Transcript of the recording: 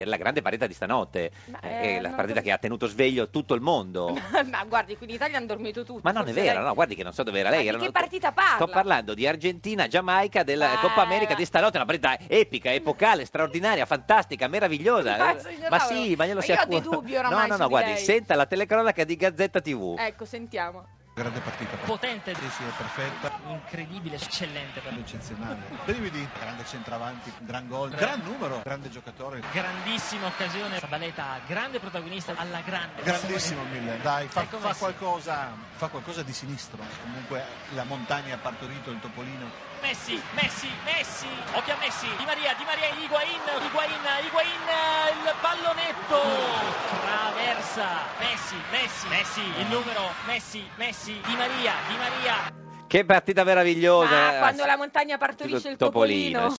La grande partita di stanotte, la non partita che ha tenuto sveglio tutto il mondo. Ma guardi, qui in Italia hanno dormito tutti. Ma non è forse vero, lei- no, guardi che non so dove era lei. Ma di che partita parla? Sto parlando di Argentina, Giamaica, della Ma- Coppa America di stanotte, una partita epica, epocale, straordinaria, fantastica, meravigliosa. Ma, signor Ma Lauro, sì, ma glielo ma sia io ho dei dubbi oramai No, su di guardi, lei. senta la telecronaca di Gazzetta TV. Ecco, sentiamo. Grande partita, Potente, sì, è perfetta, incredibile, eccellente, eccezionale. Brividi, grande centravanti, gran gol, gran numero, grande giocatore, grandissima occasione. Sabaleta, grande protagonista alla grande. grandissimo Miller. Dai, fa Ecco Messi. qualcosa di sinistro. Comunque la montagna ha partorito il topolino. Messi, occhio a Messi, Di Maria, Higuain, il pallonetto, traversa, Messi, il numero, Messi, Di Maria. Che partita meravigliosa. Ma quando la montagna partorisce il topolino.